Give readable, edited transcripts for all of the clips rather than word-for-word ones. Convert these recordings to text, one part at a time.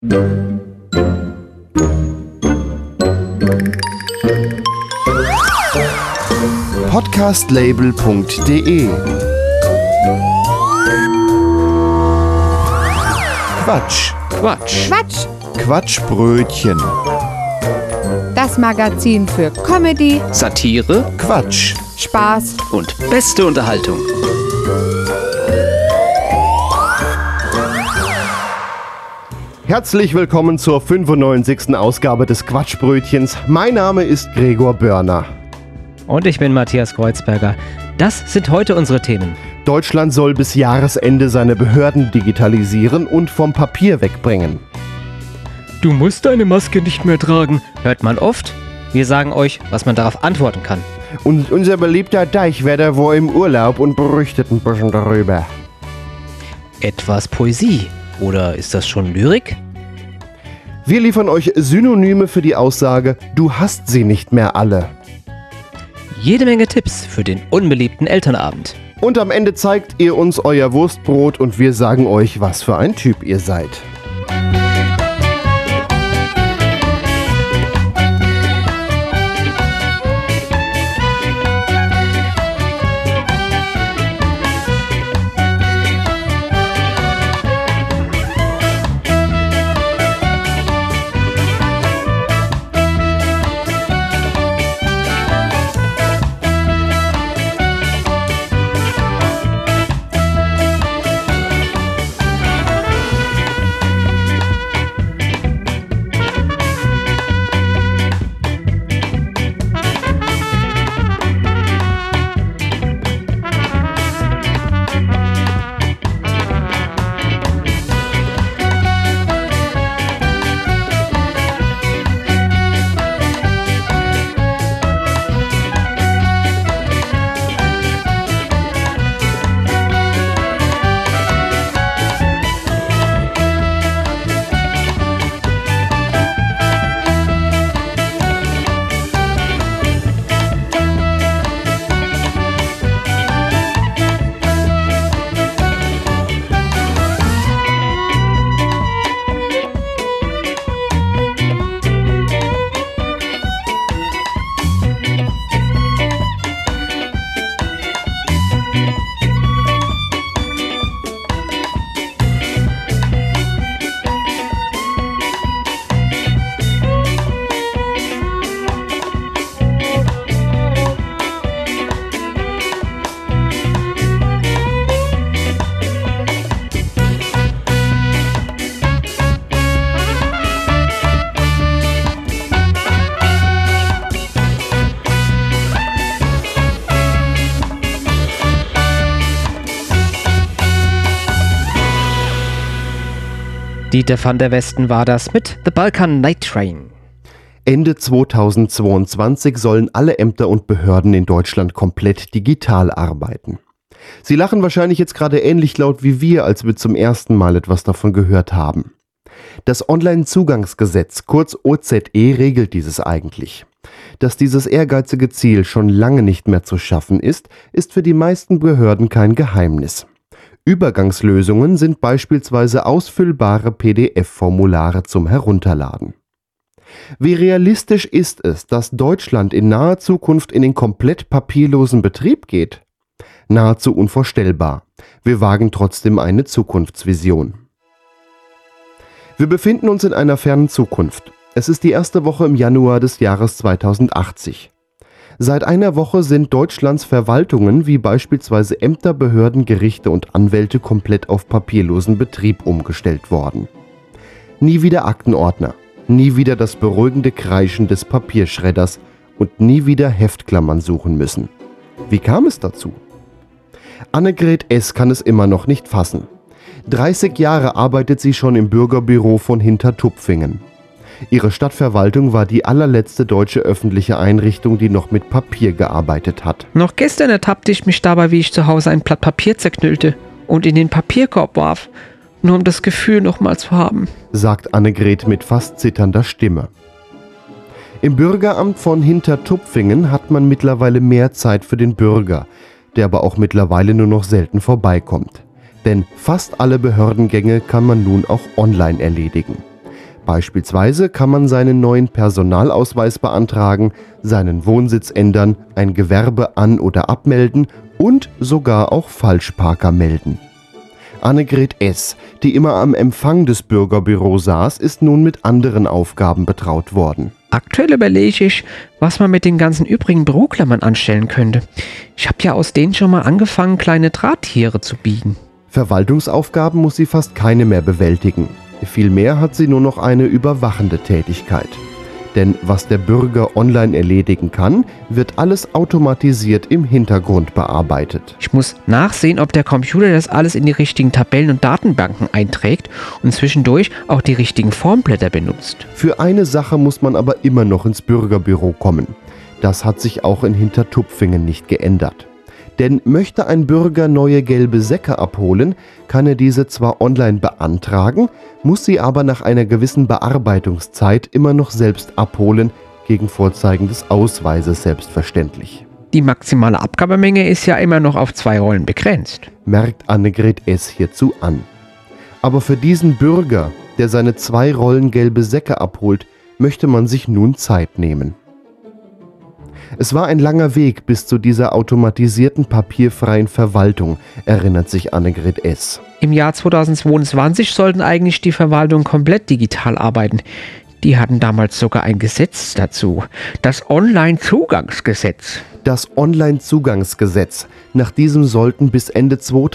Podcastlabel.de Quatsch. Quatschbrötchen. Das Magazin für Comedy, Satire, Quatsch. Spaß und beste Unterhaltung. Herzlich willkommen zur 95. Ausgabe des Quatschbrötchens. Mein Name ist Gregor Börner. Und ich bin Matthias Kreuzberger. Das sind heute unsere Themen. Deutschland soll bis Jahresende seine Behörden digitalisieren und vom Papier wegbringen. Du musst deine Maske nicht mehr tragen, hört man oft. Wir sagen euch, was man darauf antworten kann. Und unser beliebter Deichwedder war im Urlaub und berichtet ein bisschen darüber. Etwas Poesie. Oder ist das schon Lyrik? Wir liefern euch Synonyme für die Aussage, du hast sie nicht mehr alle. Jede Menge Tipps für den unbeliebten Elternabend. Und am Ende zeigt ihr uns euer Wurstbrot und wir sagen euch, was für ein Typ ihr seid. Dieter van der Westen war das mit The Balkan Night Train. Ende 2022 sollen alle Ämter und Behörden in Deutschland komplett digital arbeiten. Sie lachen wahrscheinlich jetzt gerade ähnlich laut wie wir, als wir zum ersten Mal etwas davon gehört haben. Das Onlinezugangsgesetz, kurz OZE, regelt dieses eigentlich. Dass dieses ehrgeizige Ziel schon lange nicht mehr zu schaffen ist, ist für die meisten Behörden kein Geheimnis. Übergangslösungen sind beispielsweise ausfüllbare PDF-Formulare zum Herunterladen. Wie realistisch ist es, dass Deutschland in naher Zukunft in den komplett papierlosen Betrieb geht? Nahezu unvorstellbar. Wir wagen trotzdem eine Zukunftsvision. Wir befinden uns in einer fernen Zukunft. Es ist die erste Woche im Januar des Jahres 2080. Seit einer Woche sind Deutschlands Verwaltungen wie beispielsweise Ämter, Behörden, Gerichte und Anwälte komplett auf papierlosen Betrieb umgestellt worden. Nie wieder Aktenordner, nie wieder das beruhigende Kreischen des Papierschredders und nie wieder Heftklammern suchen müssen. Wie kam es dazu? Annegret S. kann es immer noch nicht fassen. 30 Jahre arbeitet sie schon im Bürgerbüro von Hintertupfingen. Ihre Stadtverwaltung war die allerletzte deutsche öffentliche Einrichtung, die noch mit Papier gearbeitet hat. Noch gestern ertappte ich mich dabei, wie ich zu Hause ein Blatt Papier zerknüllte und in den Papierkorb warf, nur um das Gefühl nochmal zu haben, sagt Annegret mit fast zitternder Stimme. Im Bürgeramt von Hintertupfingen hat man mittlerweile mehr Zeit für den Bürger, der aber auch mittlerweile nur noch selten vorbeikommt. Denn fast alle Behördengänge kann man nun auch online erledigen. Beispielsweise kann man seinen neuen Personalausweis beantragen, seinen Wohnsitz ändern, ein Gewerbe an- oder abmelden und sogar auch Falschparker melden. Annegret S., die immer am Empfang des Bürgerbüros saß, ist nun mit anderen Aufgaben betraut worden. Aktuell überlege ich, was man mit den ganzen übrigen Büroklammern anstellen könnte. Ich habe ja aus denen schon mal angefangen, kleine Drahttiere zu biegen. Verwaltungsaufgaben muss sie fast keine mehr bewältigen. Vielmehr hat sie nur noch eine überwachende Tätigkeit. Denn was der Bürger online erledigen kann, wird alles automatisiert im Hintergrund bearbeitet. Ich muss nachsehen, ob der Computer das alles in die richtigen Tabellen und Datenbanken einträgt und zwischendurch auch die richtigen Formblätter benutzt. Für eine Sache muss man aber immer noch ins Bürgerbüro kommen. Das hat sich auch in Hintertupfingen nicht geändert. Denn möchte ein Bürger neue gelbe Säcke abholen, kann er diese zwar online beantragen, muss sie aber nach einer gewissen Bearbeitungszeit immer noch selbst abholen, gegen Vorzeigen des Ausweises selbstverständlich. Die maximale Abgabemenge ist ja immer noch auf 2 Rollen begrenzt. Merkt Annegret S. hierzu an. Aber für diesen Bürger, der seine 2 Rollen gelbe Säcke abholt, möchte man sich nun Zeit nehmen. Es war ein langer Weg bis zu dieser automatisierten papierfreien Verwaltung, erinnert sich Annegret S. Im Jahr 2022 sollten eigentlich die Verwaltungen komplett digital arbeiten. Die hatten damals sogar ein Gesetz dazu, das Online-Zugangsgesetz. Das Online-Zugangsgesetz. Nach diesem sollten bis Ende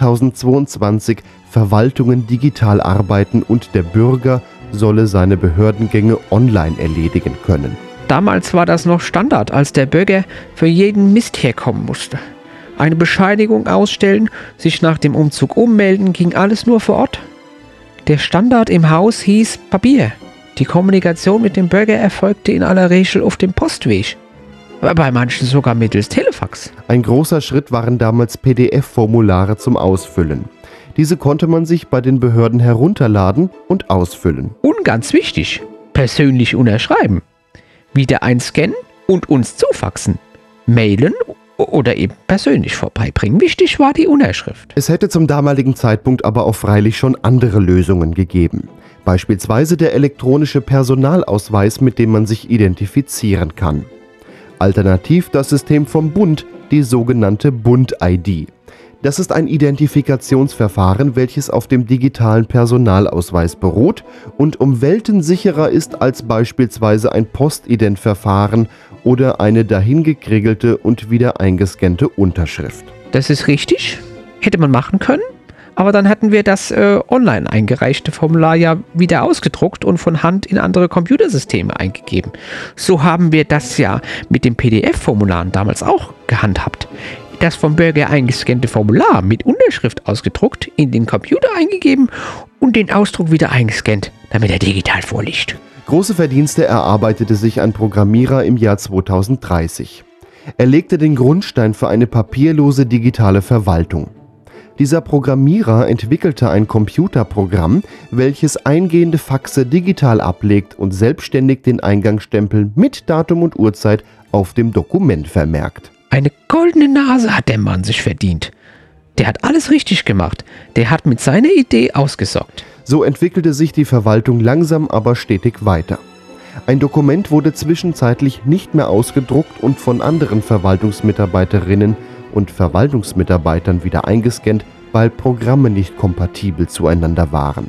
2022 Verwaltungen digital arbeiten und der Bürger solle seine Behördengänge online erledigen können. Damals war das noch Standard, als der Bürger für jeden Mist herkommen musste. Eine Bescheinigung ausstellen, sich nach dem Umzug ummelden, ging alles nur vor Ort. Der Standard im Haus hieß Papier. Die Kommunikation mit dem Bürger erfolgte in aller Regel auf dem Postweg. Aber bei manchen sogar mittels Telefax. Ein großer Schritt waren damals PDF-Formulare zum Ausfüllen. Diese konnte man sich bei den Behörden herunterladen und ausfüllen. Und ganz wichtig, persönlich unterschreiben. Wieder einscannen und uns zufaxen, mailen oder eben persönlich vorbeibringen. Wichtig war die Unterschrift. Es hätte zum damaligen Zeitpunkt aber auch freilich schon andere Lösungen gegeben. Beispielsweise der elektronische Personalausweis, mit dem man sich identifizieren kann. Alternativ das System vom Bund, die sogenannte Bund-ID. Das ist ein Identifikationsverfahren, welches auf dem digitalen Personalausweis beruht und um Welten sicherer ist als beispielsweise ein Postident-Verfahren oder eine dahingekriegelte und wieder eingescannte Unterschrift. Das ist richtig, hätte man machen können, aber dann hätten wir das online eingereichte Formular ja wieder ausgedruckt und von Hand in andere Computersysteme eingegeben. So haben wir das ja mit den PDF-Formularen damals auch gehandhabt. Das vom Bürger eingescannte Formular mit Unterschrift ausgedruckt, in den Computer eingegeben und den Ausdruck wieder eingescannt, damit er digital vorliegt. Große Verdienste erarbeitete sich ein Programmierer im Jahr 2030. Er legte den Grundstein für eine papierlose digitale Verwaltung. Dieser Programmierer entwickelte ein Computerprogramm, welches eingehende Faxe digital ablegt und selbstständig den Eingangsstempel mit Datum und Uhrzeit auf dem Dokument vermerkt. Eine goldene Nase hat der Mann sich verdient. Der hat alles richtig gemacht. Der hat mit seiner Idee ausgesorgt. So entwickelte sich die Verwaltung langsam aber stetig weiter. Ein Dokument wurde zwischenzeitlich nicht mehr ausgedruckt und von anderen Verwaltungsmitarbeiterinnen und Verwaltungsmitarbeitern wieder eingescannt, weil Programme nicht kompatibel zueinander waren.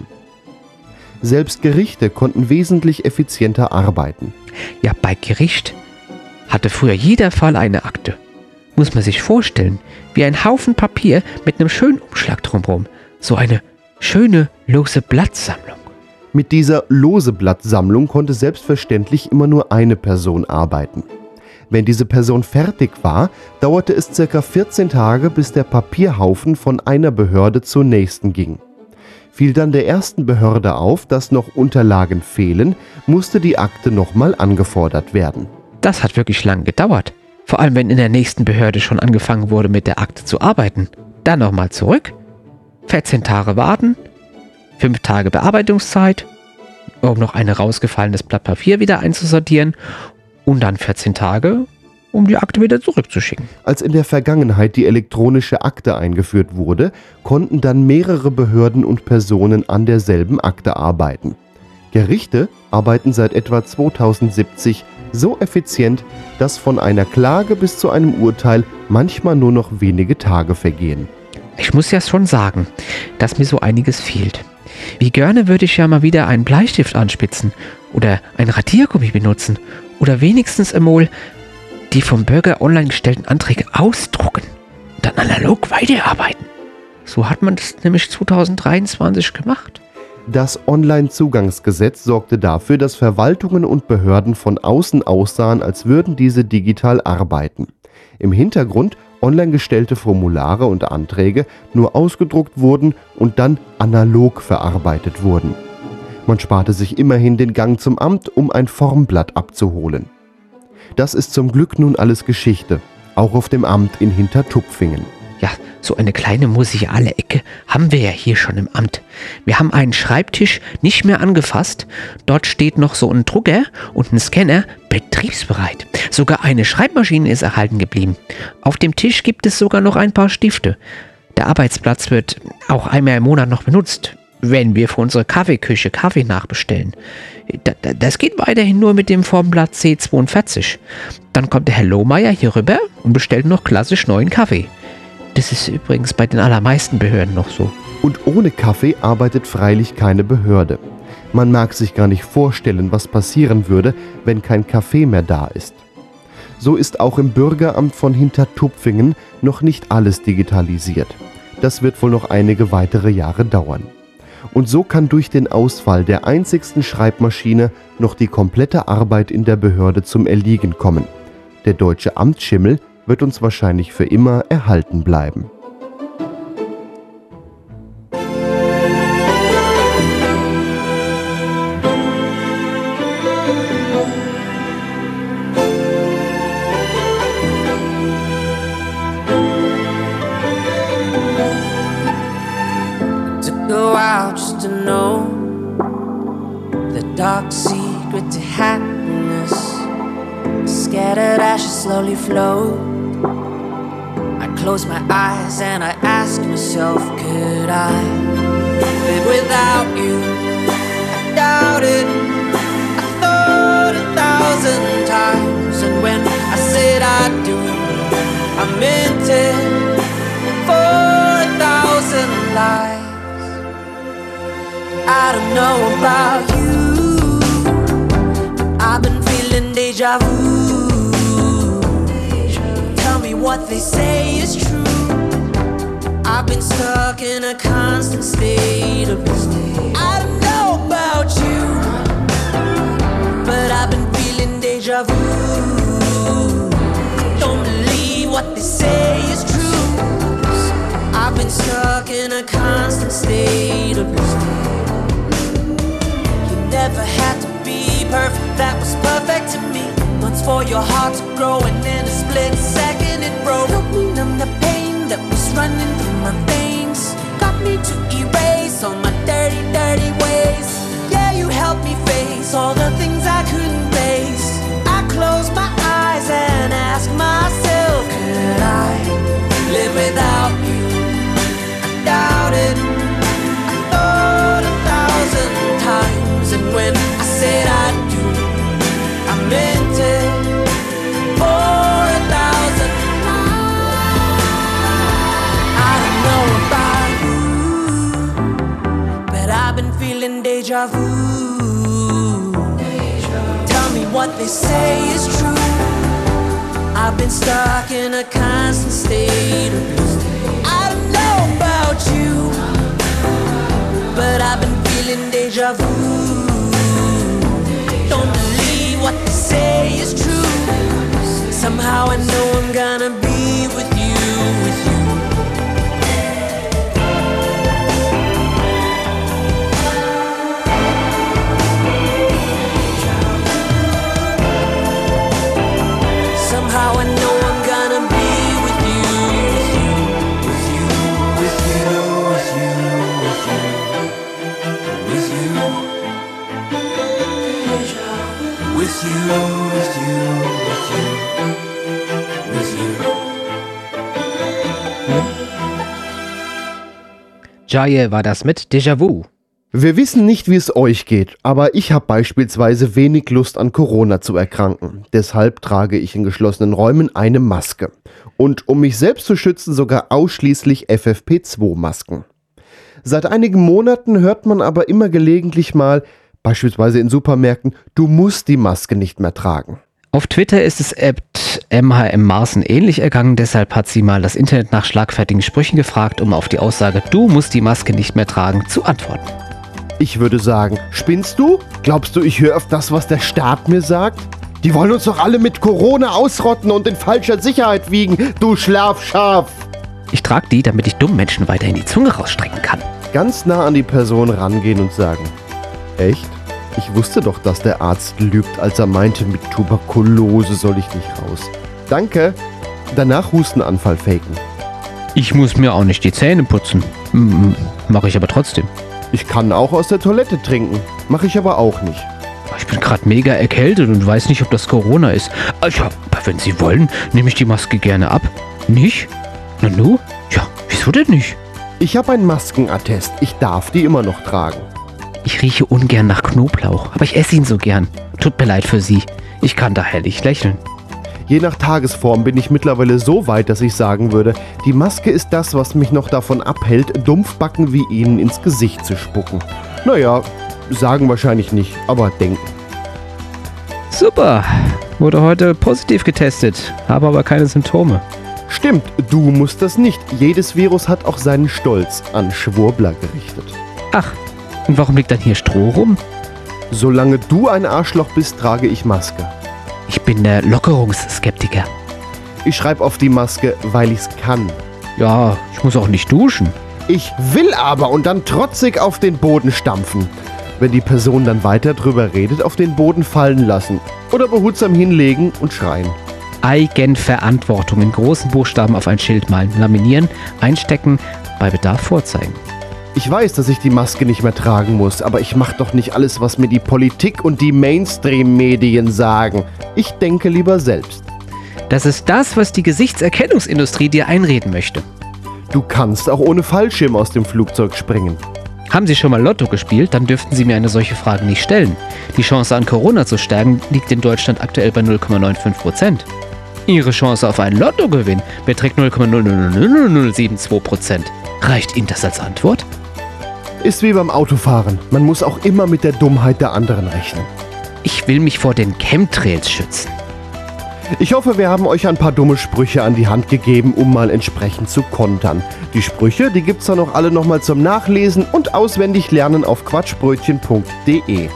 Selbst Gerichte konnten wesentlich effizienter arbeiten. Ja, bei Gericht hatte früher jeder Fall eine Akte. Muss man sich vorstellen, wie ein Haufen Papier mit einem schönen Umschlag drumherum. So eine schöne, lose Blattsammlung. Mit dieser lose Blattsammlung konnte selbstverständlich immer nur eine Person arbeiten. Wenn diese Person fertig war, dauerte es ca. 14 Tage, bis der Papierhaufen von einer Behörde zur nächsten ging. Fiel dann der ersten Behörde auf, dass noch Unterlagen fehlen, musste die Akte nochmal angefordert werden. Das hat wirklich lang gedauert. Vor allem, wenn in der nächsten Behörde schon angefangen wurde, mit der Akte zu arbeiten. Dann nochmal zurück, 14 Tage warten, 5 Tage Bearbeitungszeit, um noch ein rausgefallenes Blatt Papier wieder einzusortieren und dann 14 Tage, um die Akte wieder zurückzuschicken. Als in der Vergangenheit die elektronische Akte eingeführt wurde, konnten dann mehrere Behörden und Personen an derselben Akte arbeiten. Gerichte arbeiten seit etwa 2070 so effizient, dass von einer Klage bis zu einem Urteil manchmal nur noch wenige Tage vergehen. Ich muss ja schon sagen, dass mir so einiges fehlt. Wie gerne würde ich ja mal wieder einen Bleistift anspitzen oder ein Radiergummi benutzen oder wenigstens einmal die vom Bürger online gestellten Anträge ausdrucken und dann analog weiterarbeiten. So hat man das nämlich 2023 gemacht. Das Onlinezugangsgesetz sorgte dafür, dass Verwaltungen und Behörden von außen aussahen, als würden diese digital arbeiten. Im Hintergrund online gestellte Formulare und Anträge nur ausgedruckt wurden und dann analog verarbeitet wurden. Man sparte sich immerhin den Gang zum Amt, um ein Formblatt abzuholen. Das ist zum Glück nun alles Geschichte, auch auf dem Amt in Hintertupfingen. Ja, so eine kleine museale Ecke haben wir ja hier schon im Amt. Wir haben einen Schreibtisch nicht mehr angefasst. Dort steht noch so ein Drucker und ein Scanner betriebsbereit. Sogar eine Schreibmaschine ist erhalten geblieben. Auf dem Tisch gibt es sogar noch ein paar Stifte. Der Arbeitsplatz wird auch einmal im Monat noch benutzt, wenn wir für unsere Kaffeeküche Kaffee nachbestellen. Das geht weiterhin nur mit dem Formblatt C42. Dann kommt der Herr Lohmeier hier rüber und bestellt noch klassisch neuen Kaffee. Das ist übrigens bei den allermeisten Behörden noch so. Und ohne Kaffee arbeitet freilich keine Behörde. Man mag sich gar nicht vorstellen, was passieren würde, wenn kein Kaffee mehr da ist. So ist auch im Bürgeramt von Hintertupfingen noch nicht alles digitalisiert. Das wird wohl noch einige weitere Jahre dauern. Und so kann durch den Ausfall der einzigsten Schreibmaschine noch die komplette Arbeit in der Behörde zum Erliegen kommen. Der deutsche Amtsschimmel wird uns wahrscheinlich für immer erhalten bleiben. Took a while just to know the dark secret to happiness. Scattered ashes slowly float. I close my eyes and I ask myself, could I live without you? I doubt it. I thought 1,000 times, and when I said I do, I meant it for 1,000 lives. I don't know about you, but I've been feeling deja vu. Tell me what they say is true. I've been stuck in a constant state of I don't know about you, but I've been feeling deja vu. Don't believe what they say is true. I've been stuck in a constant state of never had to be perfect, that was perfect to me. Once for your heart to grow, and in a split second it broke. Help me numb the pain that was running through my veins. Got me to erase all my dirty, dirty ways. Yeah, you helped me face all the things I couldn't face. I close my eyes and ask myself, could I live without you? I doubt it. I thought 1,000 times, and when I said I do, I meant it for 1,000 I don't know about you, but I've been feeling deja vu. Tell me what they say is true. I've been stuck in a constant state of I don't know about you, but I've been feeling deja vu. Don't believe what they say is true. Somehow I know I'm gonna be with you, with you. Somehow I know I'm gonna be with you, with you, with you, with you, with you, with you. With you, with you, with you, with you, with you. Jaye war das mit Déjà-vu. Wir wissen nicht, wie es euch geht, aber ich habe beispielsweise wenig Lust an Corona zu erkranken. Deshalb trage ich in geschlossenen Räumen eine Maske. Und um mich selbst zu schützen, sogar ausschließlich FFP2-Masken. Seit einigen Monaten hört man aber immer gelegentlich mal, beispielsweise in Supermärkten, du musst die Maske nicht mehr tragen. Auf Twitter ist es MHM Marsen ähnlich ergangen, deshalb hat sie mal das Internet nach schlagfertigen Sprüchen gefragt, um auf die Aussage, du musst die Maske nicht mehr tragen, zu antworten. Ich würde sagen, spinnst du? Glaubst du, ich höre auf das, was der Staat mir sagt? Die wollen uns doch alle mit Corona ausrotten und in falscher Sicherheit wiegen, du Schlafschaf! Ich trage die, damit ich dummen Menschen weiterhin die Zunge rausstrecken kann. Ganz nah an die Person rangehen und sagen, echt? Ich wusste doch, dass der Arzt lügt, als er meinte, mit Tuberkulose soll ich nicht raus. Danke. Danach Hustenanfall faken. Ich muss mir auch nicht die Zähne putzen. Mache ich aber trotzdem. Ich kann auch aus der Toilette trinken. Mache ich aber auch nicht. Ich bin gerade mega erkältet und weiß nicht, ob das Corona ist. Ja, aber wenn Sie wollen, nehme ich die Maske gerne ab. Nicht? Na nu? Ja, wieso denn nicht? Ich habe ein Maskenattest. Ich darf die immer noch tragen. Ich rieche ungern nach Knoblauch, aber ich esse ihn so gern. Tut mir leid für Sie. Ich kann da herrlich lächeln. Je nach Tagesform bin ich mittlerweile so weit, dass ich sagen würde, die Maske ist das, was mich noch davon abhält, Dumpfbacken wie Ihnen ins Gesicht zu spucken. Naja, sagen wahrscheinlich nicht, aber denken. Super. Wurde heute positiv getestet, habe aber keine Symptome. Stimmt, du musst das nicht. Jedes Virus hat auch seinen Stolz an Schwurbler gerichtet. Ach, und warum liegt dann hier Stroh rum? Solange du ein Arschloch bist, trage ich Maske. Ich bin der Lockerungsskeptiker. Ich schreibe auf die Maske, weil ich's kann. Ja, ich muss auch nicht duschen. Ich will aber und dann trotzig auf den Boden stampfen. Wenn die Person dann weiter drüber redet, auf den Boden fallen lassen. Oder behutsam hinlegen und schreien. Eigenverantwortung in großen Buchstaben auf ein Schild malen, laminieren, einstecken, bei Bedarf vorzeigen. Ich weiß, dass ich die Maske nicht mehr tragen muss, aber ich mache doch nicht alles, was mir die Politik und die Mainstream-Medien sagen. Ich denke lieber selbst. Das ist das, was die Gesichtserkennungsindustrie dir einreden möchte. Du kannst auch ohne Fallschirm aus dem Flugzeug springen. Haben Sie schon mal Lotto gespielt, dann dürften Sie mir eine solche Frage nicht stellen. Die Chance an Corona zu sterben liegt in Deutschland aktuell bei 0,95%. Ihre Chance auf einen Lottogewinn beträgt 0,00072%. Reicht Ihnen das als Antwort? Ist wie beim Autofahren. Man muss auch immer mit der Dummheit der anderen rechnen. Ich will mich vor den Chemtrails schützen. Ich hoffe, wir haben euch ein paar dumme Sprüche an die Hand gegeben, um mal entsprechend zu kontern. Die Sprüche, die gibt's dann auch alle nochmal zum Nachlesen und auswendig lernen auf quatschbrötchen.de.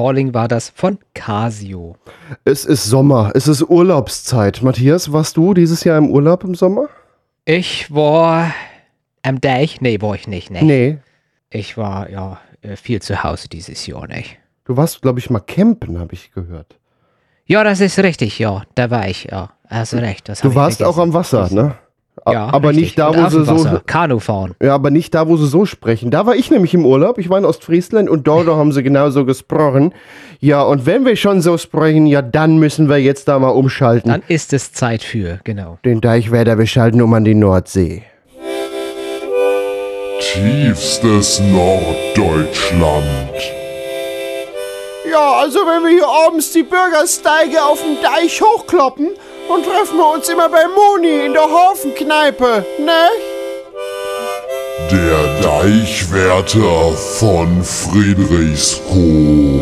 Falling war das von Casio. Es ist Sommer, es ist Urlaubszeit. Matthias, warst du dieses Jahr im Urlaub im Sommer? Ich war am Deich. Nee, war ich nicht. Nee. Ich war viel zu Hause dieses Jahr, nicht. Du warst, glaube ich, mal campen, habe ich gehört. Ja, das ist richtig, ja. Da war ich, ja. Hast du recht. Das hab Du ich warst vergessen. auch am Wasser, ne? Ja, aber richtig. nicht da, Und wo auf sie dem so. Wasser. Kanu fahren. Ja, aber nicht da, wo sie so sprechen. Da war ich nämlich im Urlaub. Ich war in Ostfriesland und dort haben sie genauso gesprochen. Ja, und wenn wir schon so sprechen, ja, dann müssen wir jetzt da mal umschalten. Dann ist es Zeit für, genau. Den Deichwerder, wir schalten um an die Nordsee. Tiefstes Norddeutschland. Ja, also wenn wir hier abends die Bürgersteige auf dem Deich hochkloppen, dann treffen wir uns immer bei Moni in der Hafenkneipe, ne? Der Deichwärter von Friedrichskoog.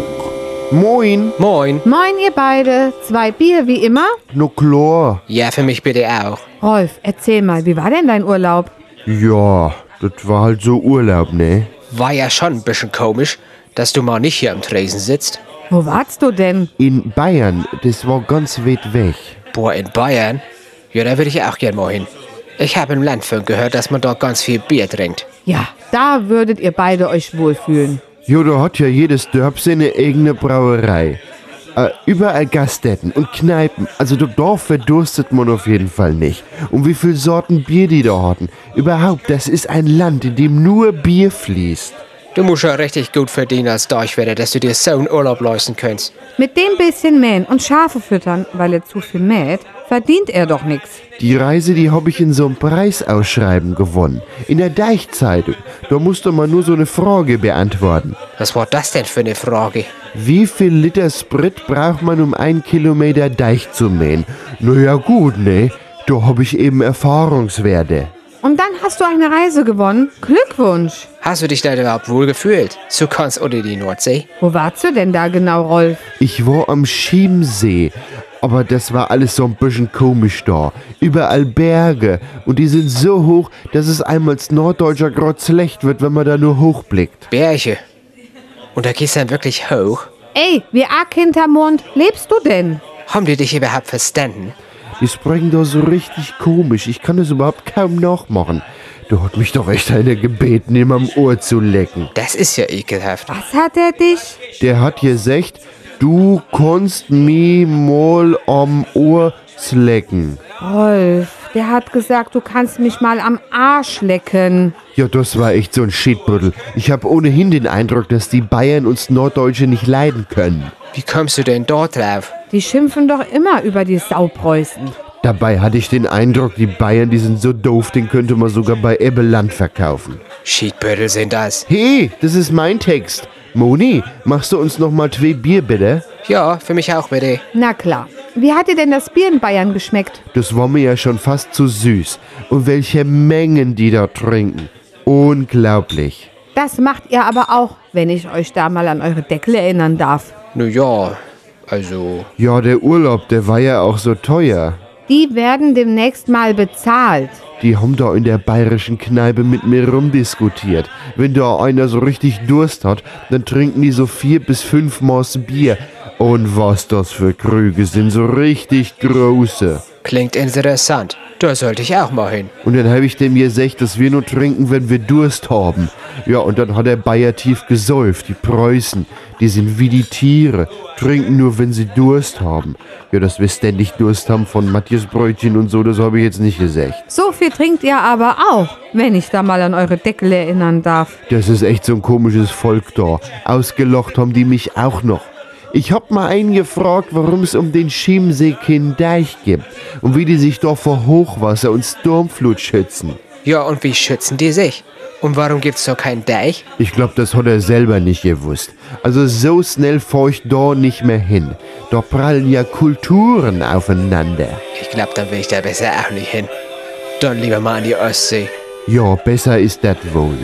Moin. Moin. Moin, ihr beide. 2 Bier wie immer? No klar. Ja, für mich bitte auch. Rolf, erzähl mal, wie war denn dein Urlaub? Ja, das war halt so Urlaub, ne? War ja schon ein bisschen komisch, dass du mal nicht hier am Tresen sitzt. Wo warst du denn? In Bayern, das war ganz weit weg. Boah, in Bayern? Ja, da würde ich auch gern mal hin. Ich habe im Landfunk gehört, dass man dort ganz viel Bier trinkt. Ja, da würdet ihr beide euch wohlfühlen. Jo, da hat ja jedes Dörp seine eigene Brauerei. Überall Gaststätten und Kneipen. Also da verdurstet man auf jeden Fall nicht. Und wie viele Sorten Bier die da hatten. Überhaupt, das ist ein Land, in dem nur Bier fließt. Du musst ja richtig gut verdienen als Deichwärter, dass du dir so einen Urlaub leisten kannst. Mit dem bisschen mähen und Schafe füttern, weil er zu viel mäht, verdient er doch nix. Die Reise, die habe ich in so einem Preisausschreiben gewonnen. In der Deichzeitung. Da musste man nur so eine Frage beantworten. Was war das denn für eine Frage? Wie viel Liter Sprit braucht man, um 1 Kilometer Deich zu mähen? Na ja gut, ne? Da habe ich eben Erfahrungswerte. Und dann hast du eine Reise gewonnen. Glückwunsch. Hast du dich da überhaupt wohl gefühlt? So kannst unter die Nordsee? Wo warst du denn da genau, Rolf? Ich war am Chiemsee, aber das war alles so ein bisschen komisch da. Überall Berge und die sind so hoch, dass es einem als Norddeutscher grad schlecht wird, wenn man da nur hochblickt. Berge. Und da gehst du dann wirklich hoch? Ey, wie arg hinterm Mond lebst du denn? Haben die dich überhaupt verstanden? Die sprechen da so richtig komisch, ich kann das überhaupt kaum nachmachen. Da hat mich doch echt einer gebeten, ihm am Ohr zu lecken. Das ist ja ekelhaft. Was hat er dich? Der hat gesagt, du kannst mi mal am Ohr lecken. Rolf, der hat gesagt, du kannst mich mal am Arsch lecken. Ja, das war echt so ein Shitbuddel. Ich habe ohnehin den Eindruck, dass die Bayern uns Norddeutsche nicht leiden können. Wie kommst du denn dort drauf? Die schimpfen doch immer über die Saupreußen. Dabei hatte ich den Eindruck, die Bayern, die sind so doof, den könnte man sogar bei Ebbeland verkaufen. Schiedbödel sind das. Hey, das ist mein Text. Moni, machst du uns noch mal 2 Bier, bitte? Ja, für mich auch bitte. Na klar. Wie hat dir denn das Bier in Bayern geschmeckt? Das war mir ja schon fast zu süß. Und welche Mengen die da trinken. Unglaublich. Das macht ihr aber auch, wenn ich euch da mal an eure Deckel erinnern darf. Na ja, also... Ja, der Urlaub, der war ja auch so teuer. Die werden demnächst mal bezahlt. Die haben da in der bayerischen Kneipe mit mir rumdiskutiert. Wenn da einer so richtig Durst hat, dann trinken die so 4 bis 5 Maß Bier. Und was das für Krüge sind, so richtig große. Klingt interessant. Da sollte ich auch mal hin. Und dann habe ich dem gesagt, dass wir nur trinken, wenn wir Durst haben. Ja, und dann hat der Bayer tief gesäuft, die Preußen. Die sind wie die Tiere, trinken nur, wenn sie Durst haben. Ja, dass wir ständig Durst haben von Matthias Brötchen und so, das habe ich jetzt nicht gesagt. So viel trinkt ihr aber auch, wenn ich da mal an eure Deckel erinnern darf. Das ist echt so ein komisches Volk da. Ausgelocht haben die mich auch noch. Ich hab mal einen gefragt, warum es um den Chiemsee keinen Deich gibt und wie die sich da vor Hochwasser und Sturmflut schützen. Ja, und wie schützen die sich? Und warum gibt's da keinen Deich? Ich glaube, das hat er selber nicht gewusst. Also so schnell fahr ich da nicht mehr hin. Da prallen ja Kulturen aufeinander. Ich glaube, dann will ich da besser auch nicht hin. Dann lieber mal an die Ostsee. Ja, besser ist das wohl.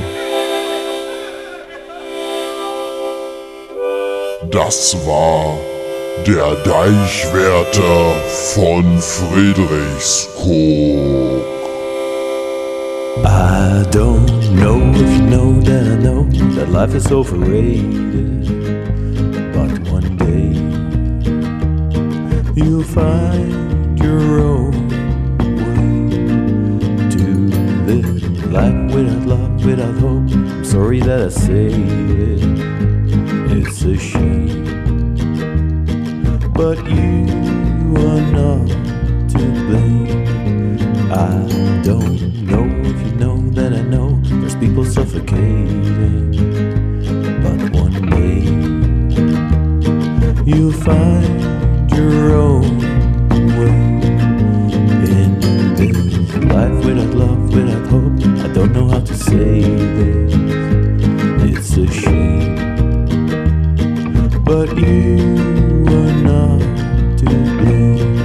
Das war der Deichwärter von Friedrichskoog. I don't know if you know that I know that life is overrated. But one You'll find your own way to live life without love, without hope. I'm sorry that I say it, it's a shame, but you are not to blame. I don't know if you know that I know there's people suffocating, but one day you'll find your own way in this life without love, without hope. I don't know how to say this, it's a shame, but you are not to blame.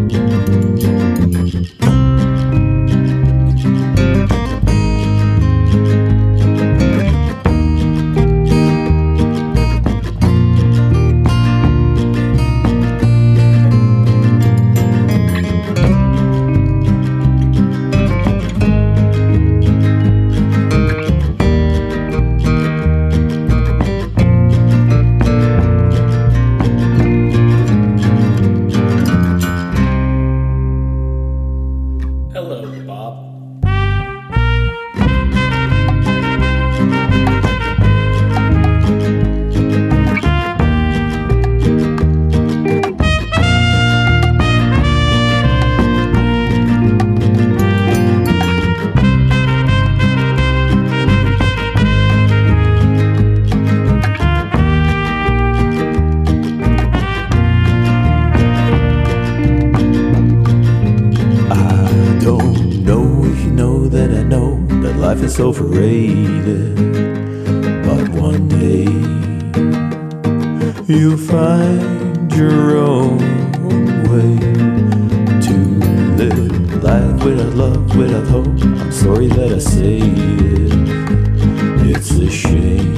It's overrated, but one day you'll find your own way to live life without love, without hope. I'm sorry that I say it, it's a shame,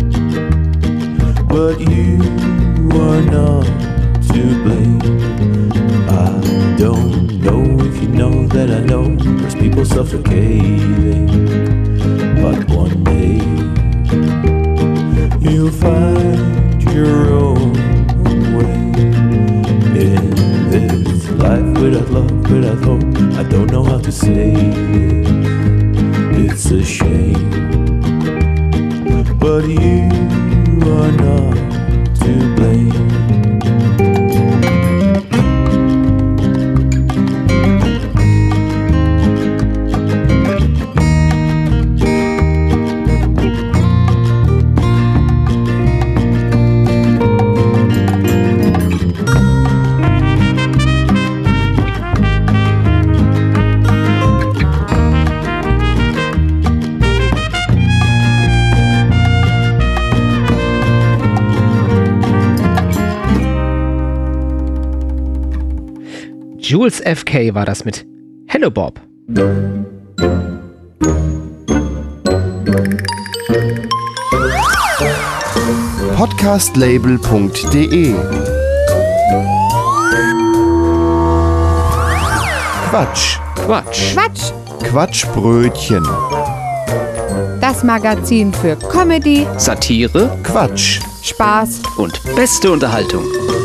but you are not to blame. I don't know if you know that I know there's people suffocating, but one day you'll find your own way in this life without love, without hope. I don't know how to say it, it's a shame, but you are not to blame. Jules FK war das mit Hello Bob. Podcastlabel.de Quatsch. Quatschbrötchen. Das Magazin für Comedy, Satire, Quatsch. Spaß und beste Unterhaltung.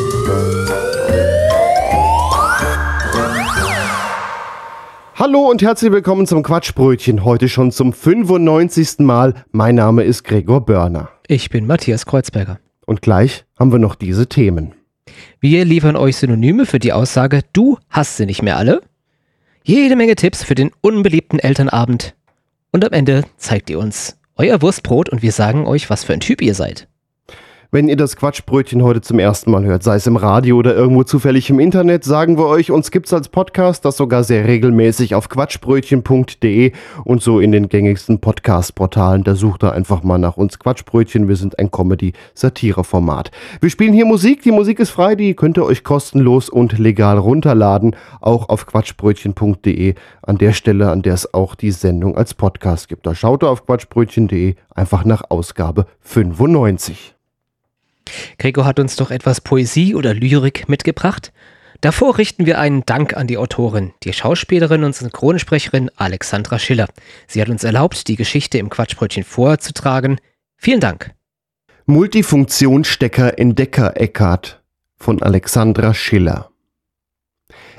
Hallo und herzlich willkommen zum Quatschbrötchen, heute schon zum 95. Mal. Mein Name ist Gregor Börner. Ich bin Matthias Kreuzberger. Und gleich haben wir noch diese Themen. Wir liefern euch Synonyme für die Aussage, du hast sie nicht mehr alle. Jede Menge Tipps für den unbeliebten Elternabend. Und am Ende zeigt ihr uns euer Wurstbrot und wir sagen euch, was für ein Typ ihr seid. Wenn ihr das Quatschbrötchen heute zum ersten Mal hört, sei es im Radio oder irgendwo zufällig im Internet, sagen wir euch, uns gibt's als Podcast, das sogar sehr regelmäßig auf quatschbrötchen.de und so in den gängigsten Podcast-Portalen. Da sucht ihr einfach mal nach uns Quatschbrötchen. Wir sind ein Comedy-Satire-Format. Wir spielen hier Musik. Die Musik ist frei, die könnt ihr euch kostenlos und legal runterladen, auch auf quatschbrötchen.de, an der Stelle, an der es auch die Sendung als Podcast gibt. Da schaut ihr auf quatschbrötchen.de einfach nach Ausgabe 95. Gregor hat uns doch etwas Poesie oder Lyrik mitgebracht. Davor richten wir einen Dank an die Autorin, die Schauspielerin und Synchronsprecherin Alexandra Schiller. Sie hat uns erlaubt, die Geschichte im Quatschbrötchen vorzutragen. Vielen Dank. Multifunktionsstecker Entdecker Eckhart von Alexandra Schiller.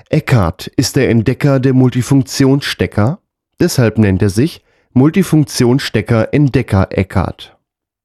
Eckhart ist der Entdecker der Multifunktionsstecker, deshalb nennt er sich Multifunktionsstecker-Entdecker Eckhart.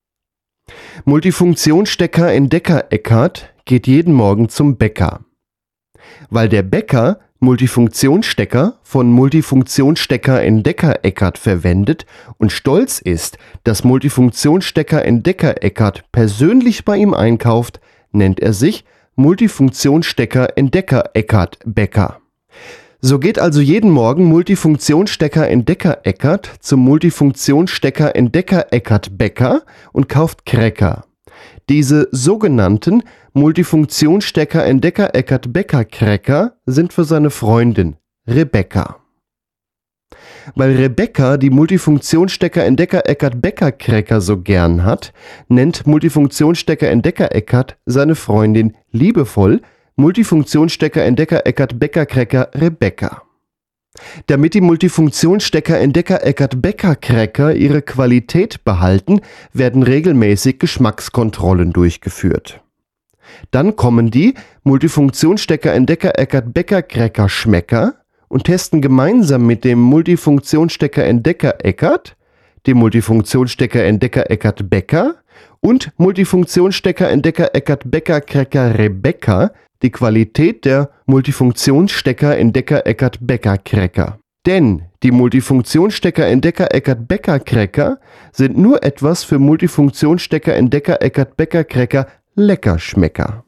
Multifunktionsstecker-Entdecker Eckhart geht jeden Morgen zum Bäcker. Weil der Bäcker Multifunktionsstecker von Multifunktionsstecker-Entdecker Eckhart verwendet und stolz ist, dass Multifunktionsstecker-Entdecker Eckhart persönlich bei ihm einkauft, nennt er sich Multifunktionsstecker-Entdecker Eckhart Bäcker. So geht also jeden Morgen Multifunktionsstecker-Entdecker Eckhart zum Multifunktionsstecker-Entdecker Eckhart Bäcker und kauft Cracker. Diese sogenannten Multifunktionsstecker-Entdecker Eckhart Bäcker Cracker sind für seine Freundin Rebecca. Weil Rebecca die Multifunktionsstecker-Entdecker Eckhart Bäcker Cracker so gern hat, nennt Multifunktionsstecker-Entdecker Eckhart seine Freundin liebevoll Multifunktionsstecker-Entdecker Eckhart Bäcker Cracker Rebecca. Damit die Multifunktionsstecker-Entdecker Eckhart Bäcker Cracker ihre Qualität behalten, werden regelmäßig Geschmackskontrollen durchgeführt. Dann kommen die Multifunktionsstecker-Entdecker Eckhart Bäcker Cracker Schmecker und testen gemeinsam mit dem Multifunktionsstecker-Entdecker Eckhart, dem Multifunktionsstecker-Entdecker Eckhart Bäcker und Multifunktionsstecker-Entdecker Eckhart Bäcker Cracker Rebecca die Qualität der Multifunktionsstecker-Entdecker Eckhart Bäcker Cracker. Denn die Multifunktionsstecker-Entdecker Eckhart Bäcker Cracker sind nur etwas für Multifunktionsstecker-Entdecker Eckhart Bäcker Cracker Leckerschmecker.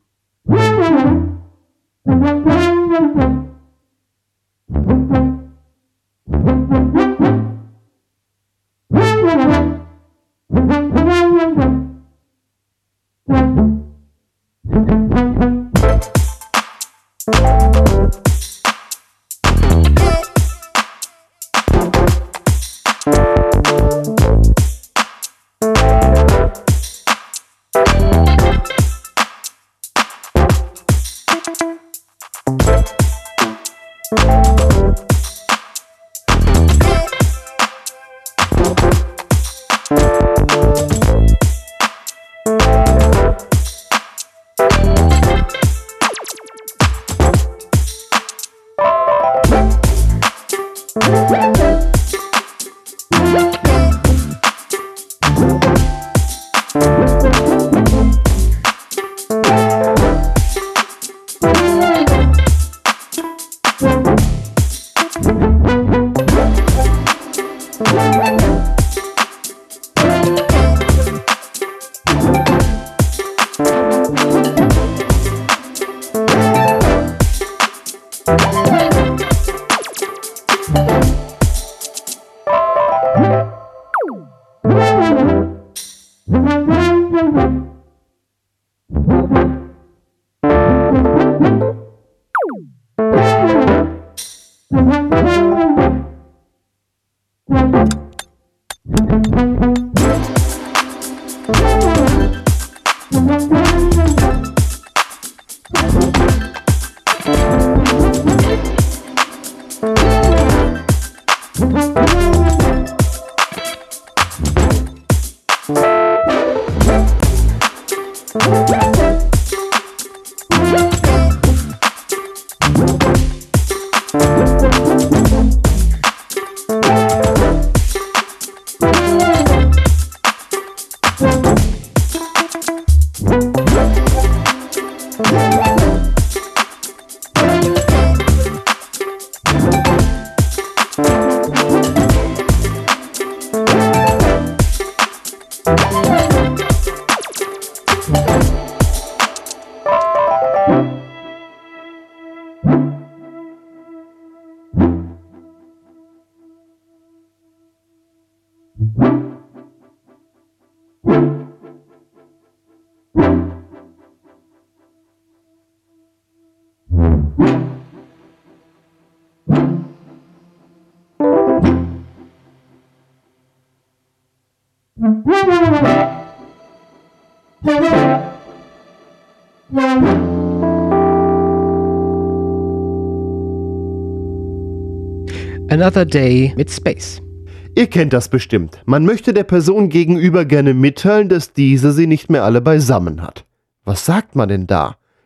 Another Day mit Space. Ihr kennt das bestimmt. Man möchte der Person gegenüber gerne mitteilen, dass diese sie nicht mehr alle beisammen hat. Was sagt man denn da?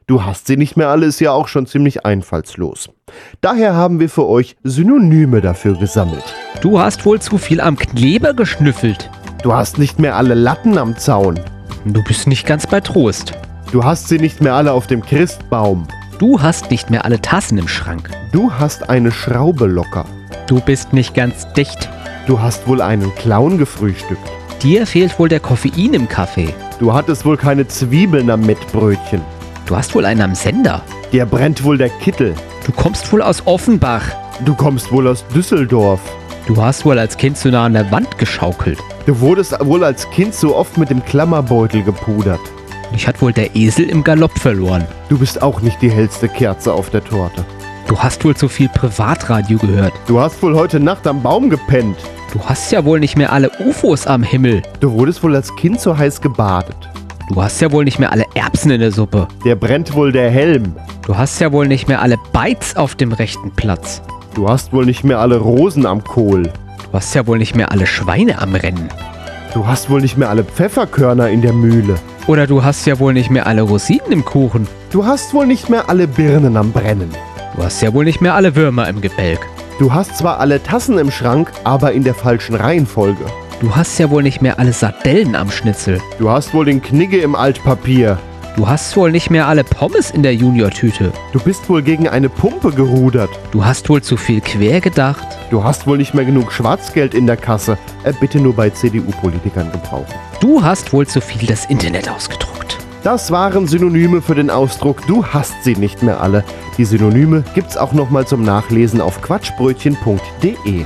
Du hast sie nicht mehr alle ist ja auch schon ziemlich einfallslos. Daher haben wir für euch Synonyme dafür gesammelt. Du hast wohl zu viel am Kleber geschnüffelt. Du hast nicht mehr alle Latten am Zaun. Du bist nicht ganz bei Trost. Du hast sie nicht mehr alle auf dem Christbaum. Du hast nicht mehr alle Tassen im Schrank. Du hast eine Schraube locker. Du bist nicht ganz dicht. Du hast wohl einen Clown gefrühstückt. Dir fehlt wohl der Koffein im Kaffee. Du hattest wohl keine Zwiebeln am Mettbrötchen. Du hast wohl einen am Sender. Dir brennt wohl der Kittel. Du kommst wohl aus Offenbach. Du kommst wohl aus Düsseldorf. Du hast wohl als Kind zu nah an der Wand geschaukelt. Du wurdest wohl als Kind so oft mit dem Klammerbeutel gepudert. Dich hat wohl der Esel im Galopp verloren. Du bist auch nicht die hellste Kerze auf der Torte. Du hast wohl zu viel Privatradio gehört. Du hast wohl heute Nacht am Baum gepennt. Du hast ja wohl nicht mehr alle UFOs am Himmel. Du wurdest wohl als Kind so heiß gebadet. Du hast ja wohl nicht mehr alle Erbsen in der Suppe. Dir brennt wohl der Helm. Du hast ja wohl nicht mehr alle Bytes auf dem rechten Platz. Du hast wohl nicht mehr alle Rosen am Kohl. Du hast ja wohl nicht mehr alle Schweine am Rennen. Du hast wohl nicht mehr alle Pfefferkörner in der Mühle. Oder du hast ja wohl nicht mehr alle Rosinen im Kuchen. Du hast wohl nicht mehr alle Birnen am Brennen. Du hast ja wohl nicht mehr alle Würmer im Gebälk. Du hast zwar alle Tassen im Schrank, aber in der falschen Reihenfolge. Du hast ja wohl nicht mehr alle Sardellen am Schnitzel. Du hast wohl den Knigge im Altpapier. Du hast wohl nicht mehr alle Pommes in der Junior-Tüte. Du bist wohl gegen eine Pumpe gerudert. Du hast wohl zu viel quer gedacht. Du hast wohl nicht mehr genug Schwarzgeld in der Kasse. Bitte nur bei CDU-Politikern gebrauchen. Du hast wohl zu viel das Internet ausgedruckt. Das waren Synonyme für den Ausdruck Du hast sie nicht mehr alle. Die Synonyme gibt's auch nochmal zum Nachlesen auf quatschbrötchen.de.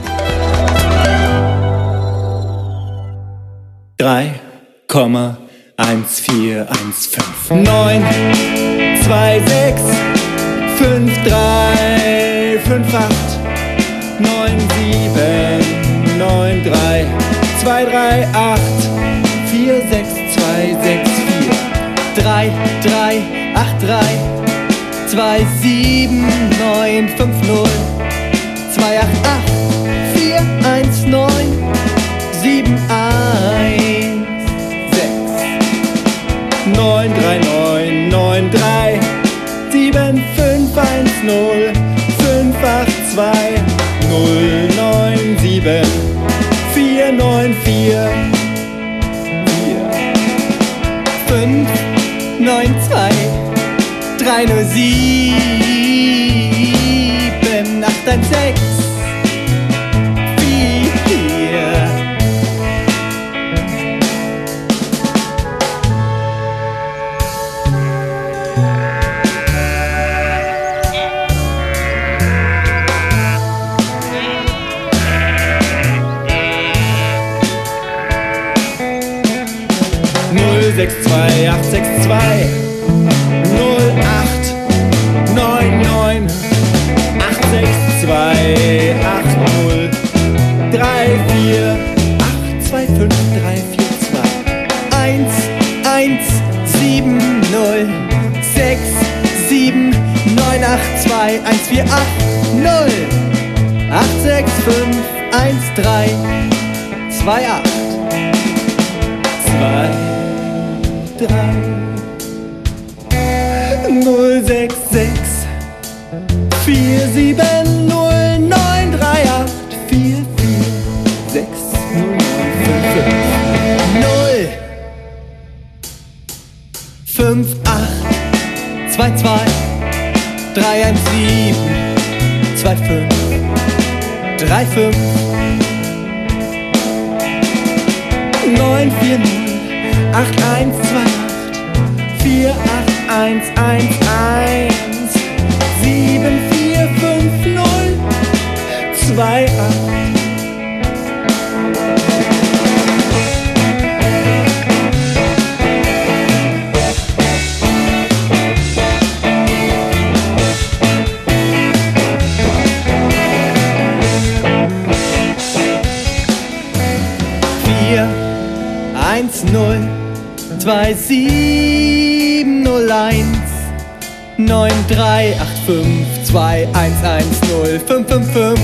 3,1415 9, 2, 6, 5, 3, 5, 8, 9, 7, 9, 3, 2, 3, 8, 4, 6, 2, 6, 4, 3, 3, 8, 3, 2, 7, 9, 5, 0, 2, 8, 8, 4, 1, 9, 7, 1, 9, 3, 9, 9, 3, 7, 5, 1, 0, 5, 8, 2, 0, 9, 7, 4, 9, 4, 4, 5, 9, 2, 3, 0, 7, 8, 1, 6, 6, 2, 8, 6, 2, 0, 8, 9, 9, 8, 6, 2, 8, 0, 3, 4, 8, 2, 5, 3, 4, 2, 1, 1, 7, 0, 6, 7, 9, 8, 2, 1, 4, 8, 0, 8, 6, 5, 1, 3, 2, 8, 2, 3, 0, 6, 6, 4, 7, 0, 9, 3, 8, 4, 4, 6, 0, 9, 5, 5, 0, 5, 8, 2, 2, 3, 1, 7, 2, 5, 3, 5, 9, 4, 0, 8, 1, 2, 8, 4, 8, 1, 1, 1, 7, 4, 5, 0, 2, 8. Vier, 1, 0, 2, 7, 0, 1, 9, 3, 8, 5, 2, 1, 1, 0, 5, 5, 5,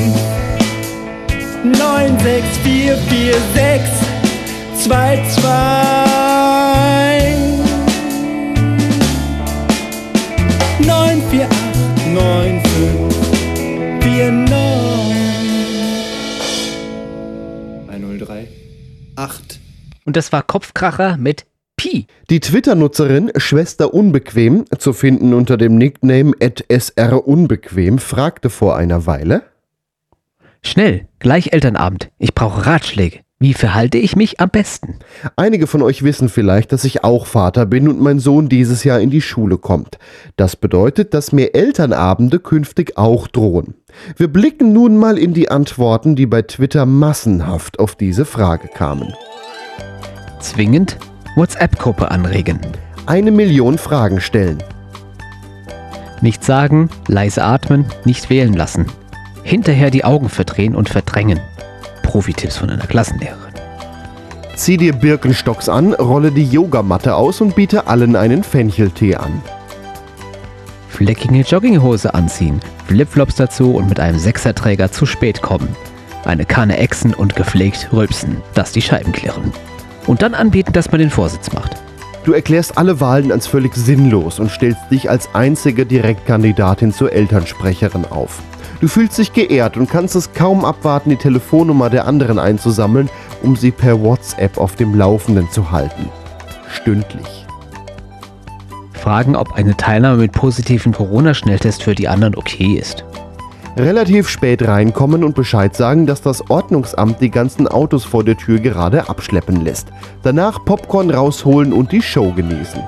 9, 6, 4, 4, 6, 2, 2, 103 Und das war Kopfkracher mit Pi. Die Twitter-Nutzerin Schwester Unbequem, zu finden unter dem Nickname @srunbequem, fragte vor einer Weile: Schnell, gleich Elternabend. Ich brauche Ratschläge. Wie verhalte ich mich am besten? Einige von euch wissen vielleicht, dass ich auch Vater bin und mein Sohn dieses Jahr in die Schule kommt. Das bedeutet, dass mir Elternabende künftig auch drohen. Wir blicken nun mal in die Antworten, die bei Twitter massenhaft auf diese Frage kamen. Zwingend WhatsApp-Gruppe anregen. 1 Million Fragen stellen. Nicht sagen, leise atmen, nicht wählen lassen. Hinterher die Augen verdrehen und verdrängen. Profi-Tipps von einer Klassenlehrerin. Zieh dir Birkenstocks an, rolle die Yogamatte aus und biete allen einen Fencheltee an. Fleckige Jogginghose anziehen, Flipflops dazu und mit einem Sechserträger zu spät kommen. Eine Kanne Echsen und gepflegt rülpsen, dass die Scheiben klirren. Und dann anbieten, dass man den Vorsitz macht. Du erklärst alle Wahlen als völlig sinnlos und stellst dich als einzige Direktkandidatin zur Elternsprecherin auf. Du fühlst dich geehrt und kannst es kaum abwarten, die Telefonnummer der anderen einzusammeln, um sie per WhatsApp auf dem Laufenden zu halten. Stündlich. Fragen, ob eine Teilnahme mit positiven Corona-Schnelltest für die anderen okay ist. Relativ spät reinkommen und Bescheid sagen, dass das Ordnungsamt die ganzen Autos vor der Tür gerade abschleppen lässt. Danach Popcorn rausholen und die Show genießen.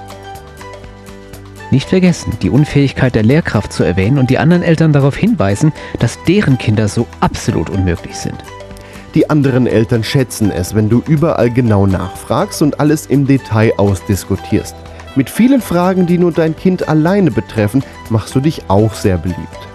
Nicht vergessen, die Unfähigkeit der Lehrkraft zu erwähnen und die anderen Eltern darauf hinweisen, dass deren Kinder so absolut unmöglich sind. Die anderen Eltern schätzen es, wenn du überall genau nachfragst und alles im Detail ausdiskutierst. Mit vielen Fragen, die nur dein Kind alleine betreffen, machst du dich auch sehr beliebt.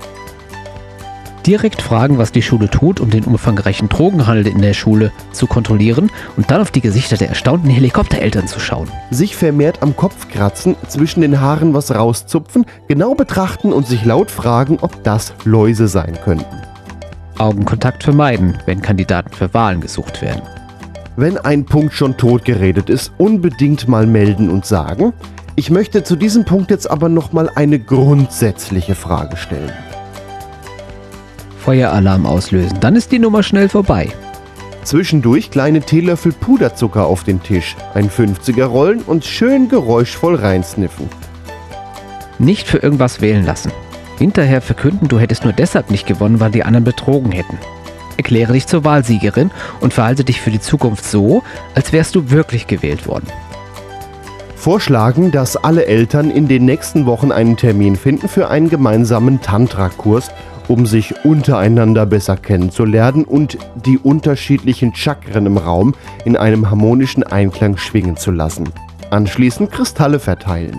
Direkt fragen, was die Schule tut, um den umfangreichen Drogenhandel in der Schule zu kontrollieren und dann auf die Gesichter der erstaunten Helikoptereltern zu schauen. Sich vermehrt am Kopf kratzen, zwischen den Haaren was rauszupfen, genau betrachten und sich laut fragen, ob das Läuse sein könnten. Augenkontakt vermeiden, wenn Kandidaten für Wahlen gesucht werden. Wenn ein Punkt schon totgeredet ist, unbedingt mal melden und sagen: Ich möchte zu diesem Punkt jetzt aber nochmal eine grundsätzliche Frage stellen. Feueralarm auslösen, dann ist die Nummer schnell vorbei. Zwischendurch kleine Teelöffel Puderzucker auf den Tisch, ein 50er rollen und schön geräuschvoll reinsniffen. Nicht für irgendwas wählen lassen. Hinterher verkünden, du hättest nur deshalb nicht gewonnen, weil die anderen betrogen hätten. Erkläre dich zur Wahlsiegerin und verhalte dich für die Zukunft so, als wärst du wirklich gewählt worden. Vorschlagen, dass alle Eltern in den nächsten Wochen einen Termin finden für einen gemeinsamen Tantra-Kurs, um sich untereinander besser kennenzulernen und die unterschiedlichen Chakren im Raum in einem harmonischen Einklang schwingen zu lassen. Anschließend Kristalle verteilen.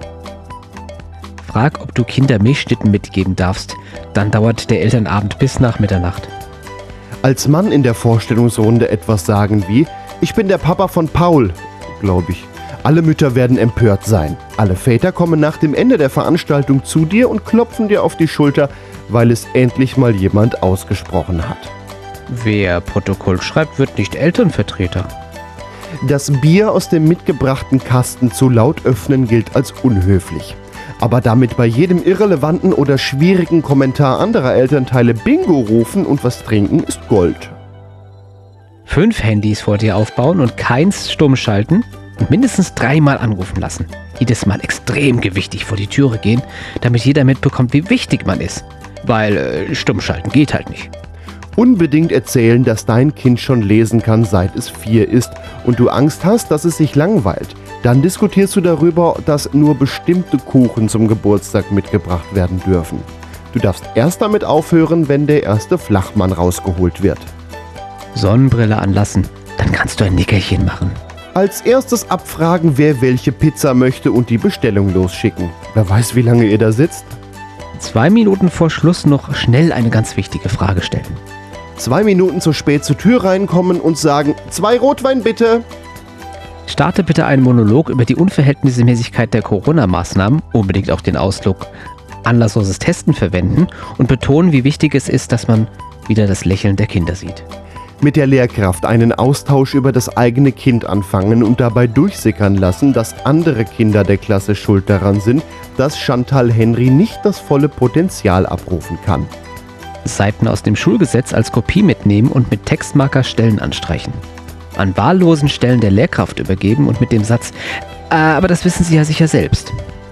Frag, ob du Kinder Milchschnitten mitgeben darfst, dann dauert der Elternabend bis nach Mitternacht. Als Mann in der Vorstellungsrunde etwas sagen wie: Ich bin der Papa von Paul, glaube ich. Alle Mütter werden empört sein. Alle Väter kommen nach dem Ende der Veranstaltung zu dir und klopfen dir auf die Schulter, weil es endlich mal jemand ausgesprochen hat. Wer Protokoll schreibt, wird nicht Elternvertreter. Das Bier aus dem mitgebrachten Kasten zu laut öffnen gilt als unhöflich. Aber damit bei jedem irrelevanten oder schwierigen Kommentar anderer Elternteile Bingo rufen und was trinken, ist Gold. 5 Handys vor dir aufbauen und keins stumm schalten und mindestens 3-mal anrufen lassen. Jedes Mal extrem gewichtig vor die Türe gehen, damit jeder mitbekommt, wie wichtig man ist. Weil stumm schalten geht halt nicht. Unbedingt erzählen, dass dein Kind schon lesen kann, seit es 4 ist und du Angst hast, dass es sich langweilt. Dann diskutierst du darüber, dass nur bestimmte Kuchen zum Geburtstag mitgebracht werden dürfen. Du darfst erst damit aufhören, wenn der erste Flachmann rausgeholt wird. Sonnenbrille anlassen, dann kannst du ein Nickerchen machen. Als erstes abfragen, wer welche Pizza möchte und die Bestellung losschicken. Wer weiß, wie lange ihr da sitzt? 2 Minuten vor Schluss noch schnell eine ganz wichtige Frage stellen. 2 Minuten zu spät zur Tür reinkommen und sagen: 2 Rotwein bitte. Starte bitte einen Monolog über die Unverhältnismäßigkeit der Corona-Maßnahmen, unbedingt auch den Ausdruck anlassloses Testen verwenden und betonen, wie wichtig es ist, dass man wieder das Lächeln der Kinder sieht. Mit der Lehrkraft einen Austausch über das eigene Kind anfangen und dabei durchsickern lassen, dass andere Kinder der Klasse schuld daran sind, dass Chantal Henry nicht das volle Potenzial abrufen kann. Seiten aus dem Schulgesetz als Kopie mitnehmen und mit Textmarker Stellen anstreichen. An wahllosen Stellen der Lehrkraft übergeben und mit dem Satz aber das wissen Sie ja sicher selbst.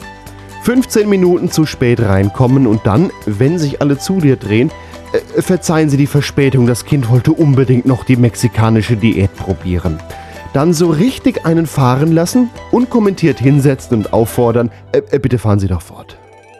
15 Minuten zu spät reinkommen und dann, wenn sich alle zu dir drehen, verzeihen Sie die Verspätung, das Kind wollte unbedingt noch die mexikanische Diät probieren. Dann so richtig einen fahren lassen, unkommentiert hinsetzen und auffordern, bitte fahren Sie doch fort.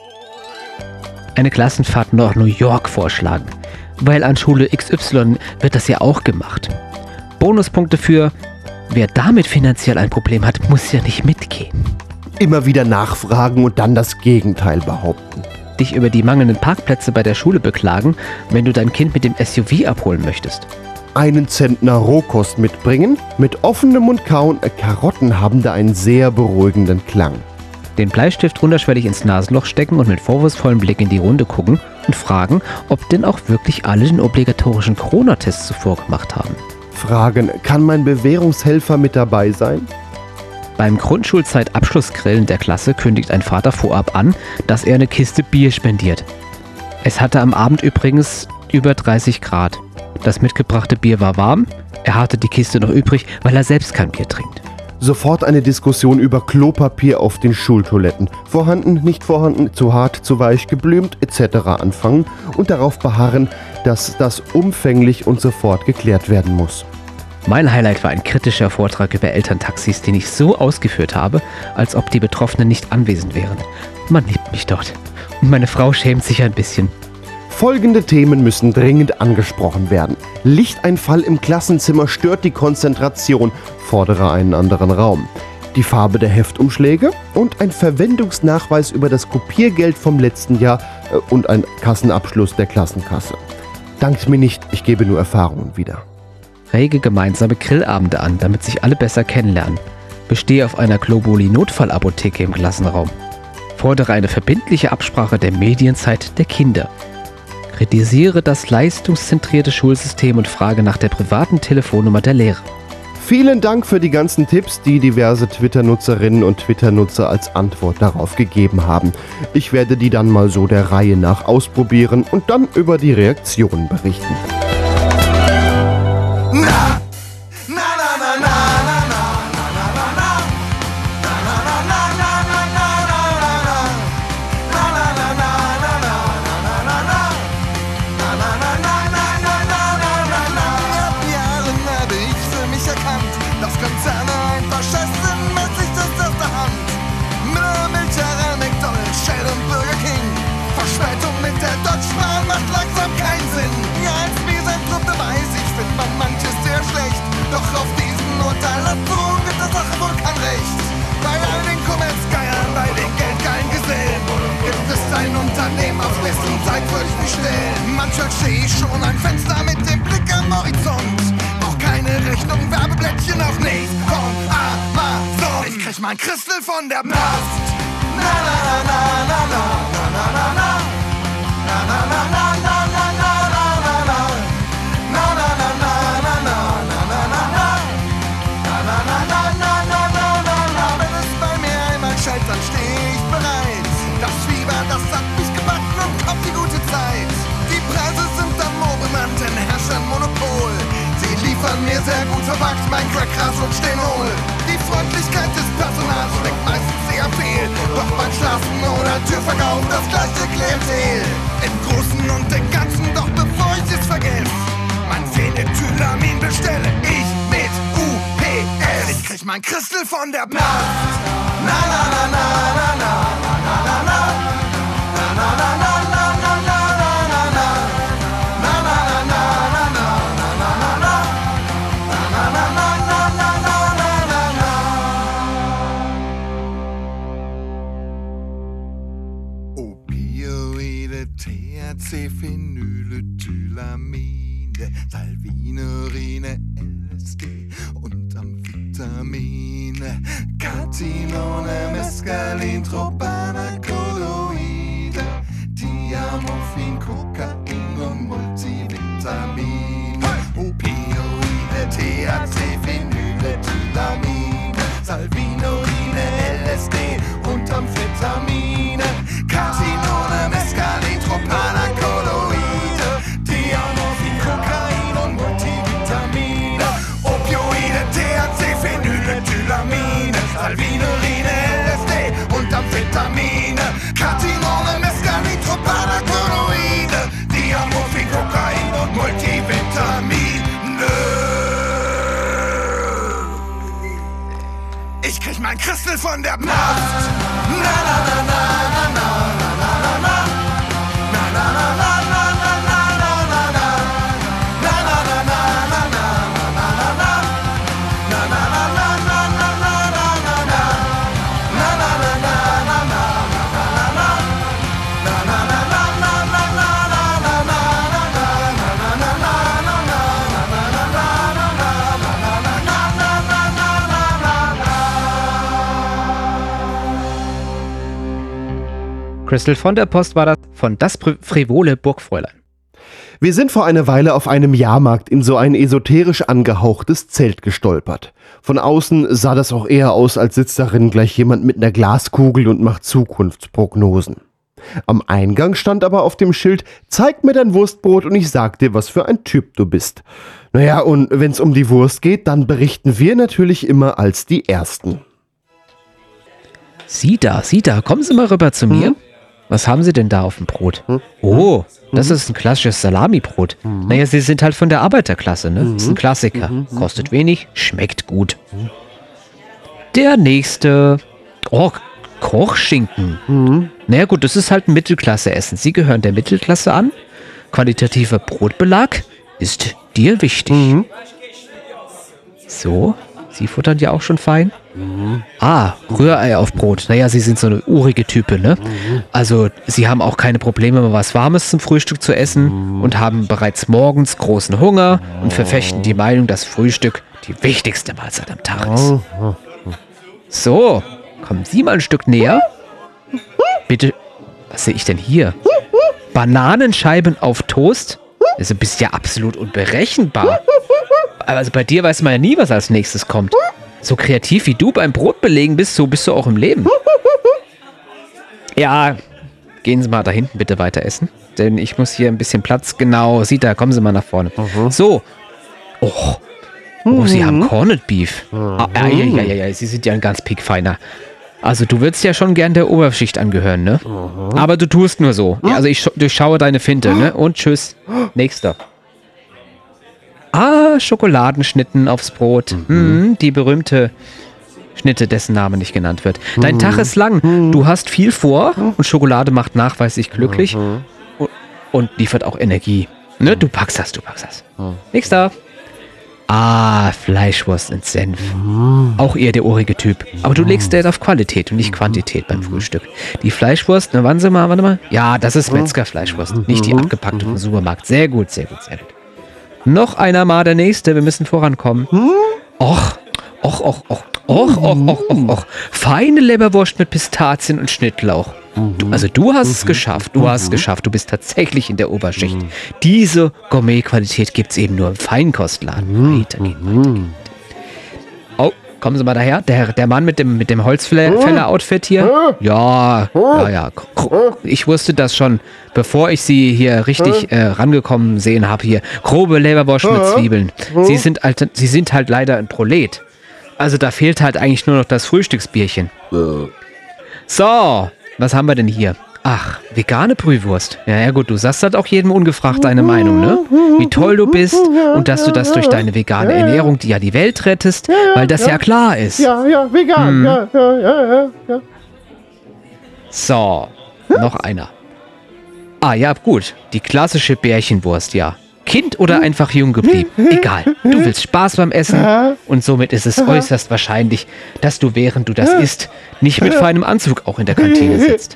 Eine Klassenfahrt nach New York vorschlagen, weil an Schule XY wird das ja auch gemacht. Bonuspunkte für, wer damit finanziell ein Problem hat, muss ja nicht mitgehen. Immer wieder nachfragen und dann das Gegenteil behaupten. Dich über die mangelnden Parkplätze bei der Schule beklagen, wenn du dein Kind mit dem SUV abholen möchtest. Einen Zentner Rohkost mitbringen, mit offenem Mund kauen, Karotten haben da einen sehr beruhigenden Klang. Den Bleistift unterschwellig ins Nasenloch stecken und mit vorwurfsvollem Blick in die Runde gucken und fragen, ob denn auch wirklich alle den obligatorischen Corona-Test zuvor gemacht haben. Fragen, kann mein Bewährungshelfer mit dabei sein? Beim Grundschulzeit-Abschlussgrillen der Klasse kündigt ein Vater vorab an, dass er eine Kiste Bier spendiert. Es hatte am Abend übrigens über 30 Grad. Das mitgebrachte Bier war warm, er hatte die Kiste noch übrig, weil er selbst kein Bier trinkt. Sofort eine Diskussion über Klopapier auf den Schultoiletten. Vorhanden, nicht vorhanden, zu hart, zu weich, geblümt etc. anfangen und darauf beharren, dass das umfänglich und sofort geklärt werden muss. Mein Highlight war ein kritischer Vortrag über Elterntaxis, den ich so ausgeführt habe, als ob die Betroffenen nicht anwesend wären. Man liebt mich dort. Und meine Frau schämt sich ein bisschen. Folgende Themen müssen dringend angesprochen werden. Lichteinfall im Klassenzimmer stört die Konzentration, fordere einen anderen Raum. Die Farbe der Heftumschläge und ein Verwendungsnachweis über das Kopiergeld vom letzten Jahr und ein Kassenabschluss der Klassenkasse. Dankt mir nicht, ich gebe nur Erfahrungen wieder. Rege gemeinsame Grillabende an, damit sich alle besser kennenlernen. Bestehe auf einer Globuli-Notfallapotheke im Klassenraum. Fordere eine verbindliche Absprache der Medienzeit der Kinder. Kritisiere das leistungszentrierte Schulsystem und frage nach der privaten Telefonnummer der Lehrer. Vielen Dank für die ganzen Tipps, die diverse Twitter-Nutzerinnen und Twitter-Nutzer als Antwort darauf gegeben haben. Ich werde die dann mal so der Reihe nach ausprobieren und dann über die Reaktionen berichten. Manchmal sehe ich schon ein Fenster mit dem Blick am Horizont. Brauch keine Rechnung, Werbeblättchen auf nicht von Amazon. Ich krieg mein Christel von der Post. Na na na na na na na na na na na na na na na na na na. Wenn es bei mir einmal schallt, dann steh ich bereit. Das Fieber, das hat mich gebacken und kommt die gute Zeit. Die Preise sind am Moorbenannt, denn herrscht ein Monopol. Sie liefern mir sehr gut verpackt mein Crackgras und Stenol. Die Freundlichkeit des Personals schmeckt meistens sehr fehl. Doch beim Schlafen oder Türverkauf das gleiche Klientel. Im Großen und im Ganzen, doch bevor ich es vergesse, mein Phenethylamin bestelle ich mit UPS. Ich krieg mein Christel von der Post. Na na na na na na na na na na na na na na. Phenylethylamine, Salvinerine, LSD und Amphetamine, Katinone, Mescalin, Tropanacolloide, Diamorphin, Kokain und Multivitamine, Opioide. Christel von der Post. Na, na, na, na, na, na, na, na, na, na. Na, na, na, na, na, na, na, na, na. Na, na, na, na, na, na, na, na, na. Na, na, na, na, na, na, na, na, na. Na, na, na, na, na, na, na, na. Na, na, na, na, na, na, na, na, na, Christel von der Post war das von Das frivole Burgfräulein. Wir sind vor einer Weile auf einem Jahrmarkt in so ein esoterisch angehauchtes Zelt gestolpert. Von außen sah das auch eher aus, als sitzt darin gleich jemand mit einer Glaskugel und macht Zukunftsprognosen. Am Eingang stand aber auf dem Schild: Zeig mir dein Wurstbrot und ich sag dir, was für ein Typ du bist. Naja, und wenn's um die Wurst geht, dann berichten wir natürlich immer als die Ersten. Sie da, kommen Sie mal rüber zu mir. Was haben Sie denn da auf dem Brot? Oh, das ist ein klassisches Salamibrot. Naja, Sie sind halt von der Arbeiterklasse, ne? Ist ein Klassiker. Kostet wenig, schmeckt gut. Der nächste. Oh, Kochschinken. Naja gut, das ist halt ein Mittelklasse-Essen. Sie gehören der Mittelklasse an. Qualitativer Brotbelag ist dir wichtig. So, Sie futtern ja auch schon fein. Ah, Rührei auf Brot. Naja, Sie sind so eine urige Type, ne? Also, Sie haben auch keine Probleme, mal was Warmes zum Frühstück zu essen und haben bereits morgens großen Hunger und verfechten die Meinung, dass Frühstück die wichtigste Mahlzeit am Tag ist. So, kommen Sie mal ein Stück näher. Bitte, was sehe ich denn hier? Bananenscheiben auf Toast? Also, bist ja absolut unberechenbar. Also, bei dir weiß man ja nie, was als nächstes kommt. So kreativ wie du beim Brotbelegen bist, so bist du auch im Leben. Ja, gehen Sie mal da hinten bitte weiter essen. Denn ich muss hier ein bisschen Platz. Genau, da, kommen Sie mal nach vorne. So. Oh, Sie haben Corned Beef. Ja, Sie sind ja ein ganz pickfeiner. Also du würdest ja schon gern der Oberschicht angehören, ne? Aber du tust nur so. Ja, also ich durchschaue deine Finte, ne? Und tschüss. Nächster. Ah, Schokoladenschnitten aufs Brot. Die berühmte Schnitte, dessen Name nicht genannt wird. Dein Tag ist lang. Du hast viel vor und Schokolade macht nachweislich glücklich und liefert auch Energie. Ne? Du packst das. Nächster. Ah, Fleischwurst in Senf. Auch eher der urige Typ. Aber du legst Wert auf Qualität und nicht Quantität beim Frühstück. Die Fleischwurst, ne, warte mal. Ja, das ist Metzgerfleischwurst, nicht die abgepackte vom Supermarkt. Sehr gut. Noch einer mal, der nächste, wir müssen vorankommen. Och. Feine Leberwurst mit Pistazien und Schnittlauch. Du hast es geschafft. Du bist tatsächlich in der Oberschicht. Diese Gourmet-Qualität gibt es eben nur im Feinkostladen. Weiter geht. Oh, kommen Sie mal daher. Der Mann mit dem Holzfäller-Outfit hier. Ja. Ich wusste das schon, bevor ich Sie hier richtig rangekommen sehen habe. Hier grobe Leberwurst mit Zwiebeln. Sie sind halt leider ein Prolet. Also da fehlt halt eigentlich nur noch das Frühstücksbierchen. So, was haben wir denn hier? Ach, vegane Brühwurst. Ja gut, du sagst halt auch jedem ungefragt deine Meinung, ne? Wie toll du bist und dass du das durch deine vegane Ernährung die Welt rettest, weil das ja klar ist. Ja, vegan. Ja. So, noch einer. Ah ja, gut, die klassische Bärchenwurst, ja. Kind oder einfach jung geblieben, egal. Du willst Spaß beim Essen und somit ist es äußerst wahrscheinlich, dass du, während du das isst, nicht mit feinem Anzug auch in der Kantine sitzt.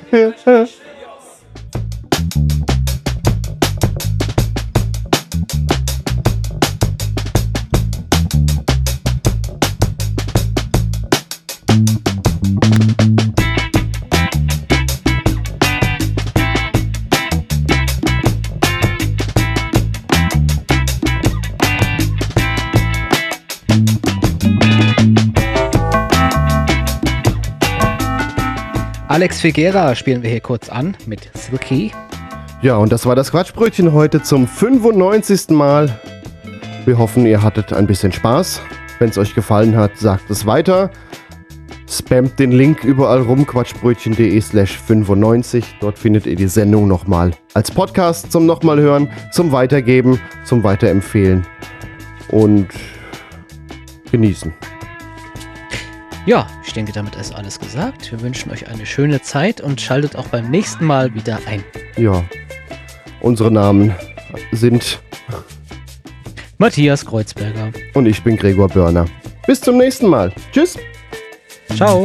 Alex Figuera spielen wir hier kurz an mit Silky. Ja, und das war das Quatschbrötchen heute zum 95. Mal. Wir hoffen, ihr hattet ein bisschen Spaß. Wenn es euch gefallen hat, sagt es weiter. Spammt den Link überall rum, quatschbrötchen.de/95. Dort findet ihr die Sendung nochmal als Podcast zum nochmal hören, zum Weitergeben, zum Weiterempfehlen und genießen. Ja, ich denke, damit ist alles gesagt. Wir wünschen euch eine schöne Zeit und schaltet auch beim nächsten Mal wieder ein. Ja, unsere Namen sind Matthias Kreuzberger. und ich bin Gregor Börner. Bis zum nächsten Mal. Tschüss. Ciao.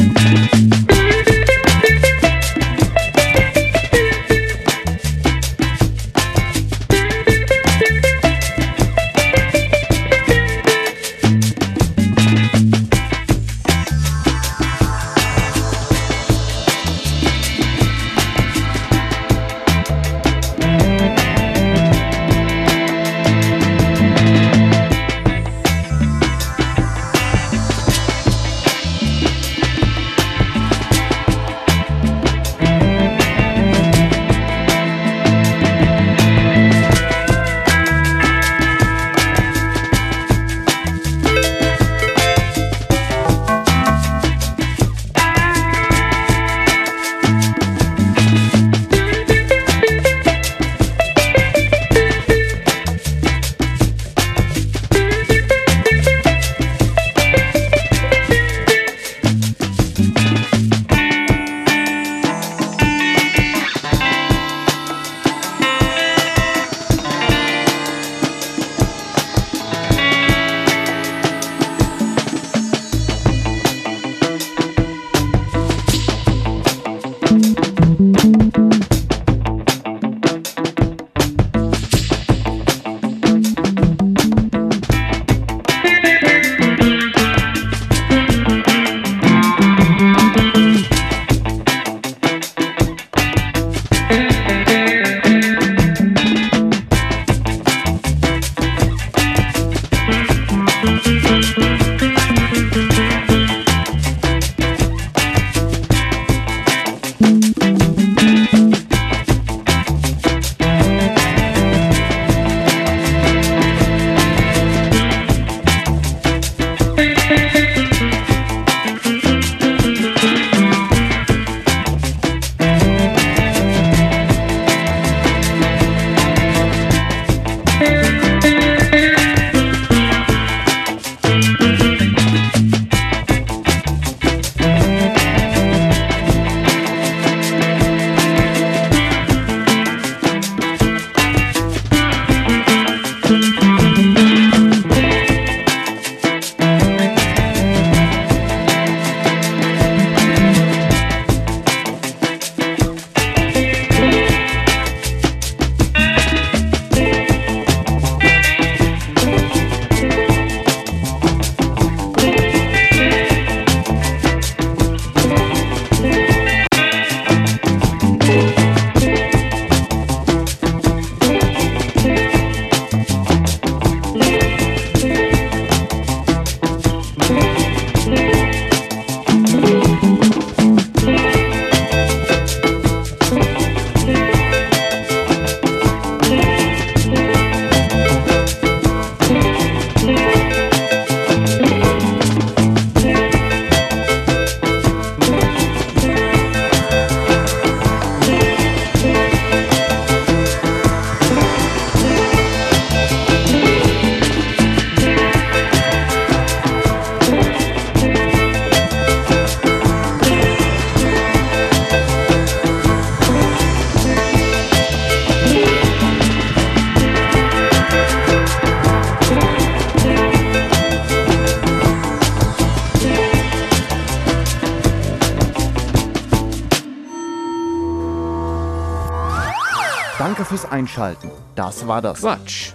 Danke fürs Einschalten. Das war das Quatsch.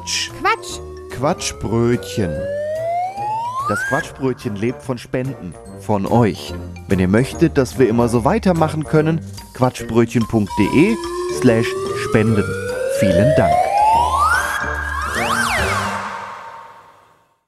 Quatschbrötchen. Das Quatschbrötchen lebt von Spenden. Von euch. Wenn ihr möchtet, dass wir immer so weitermachen können, quatschbrötchen.de/spenden. Vielen Dank.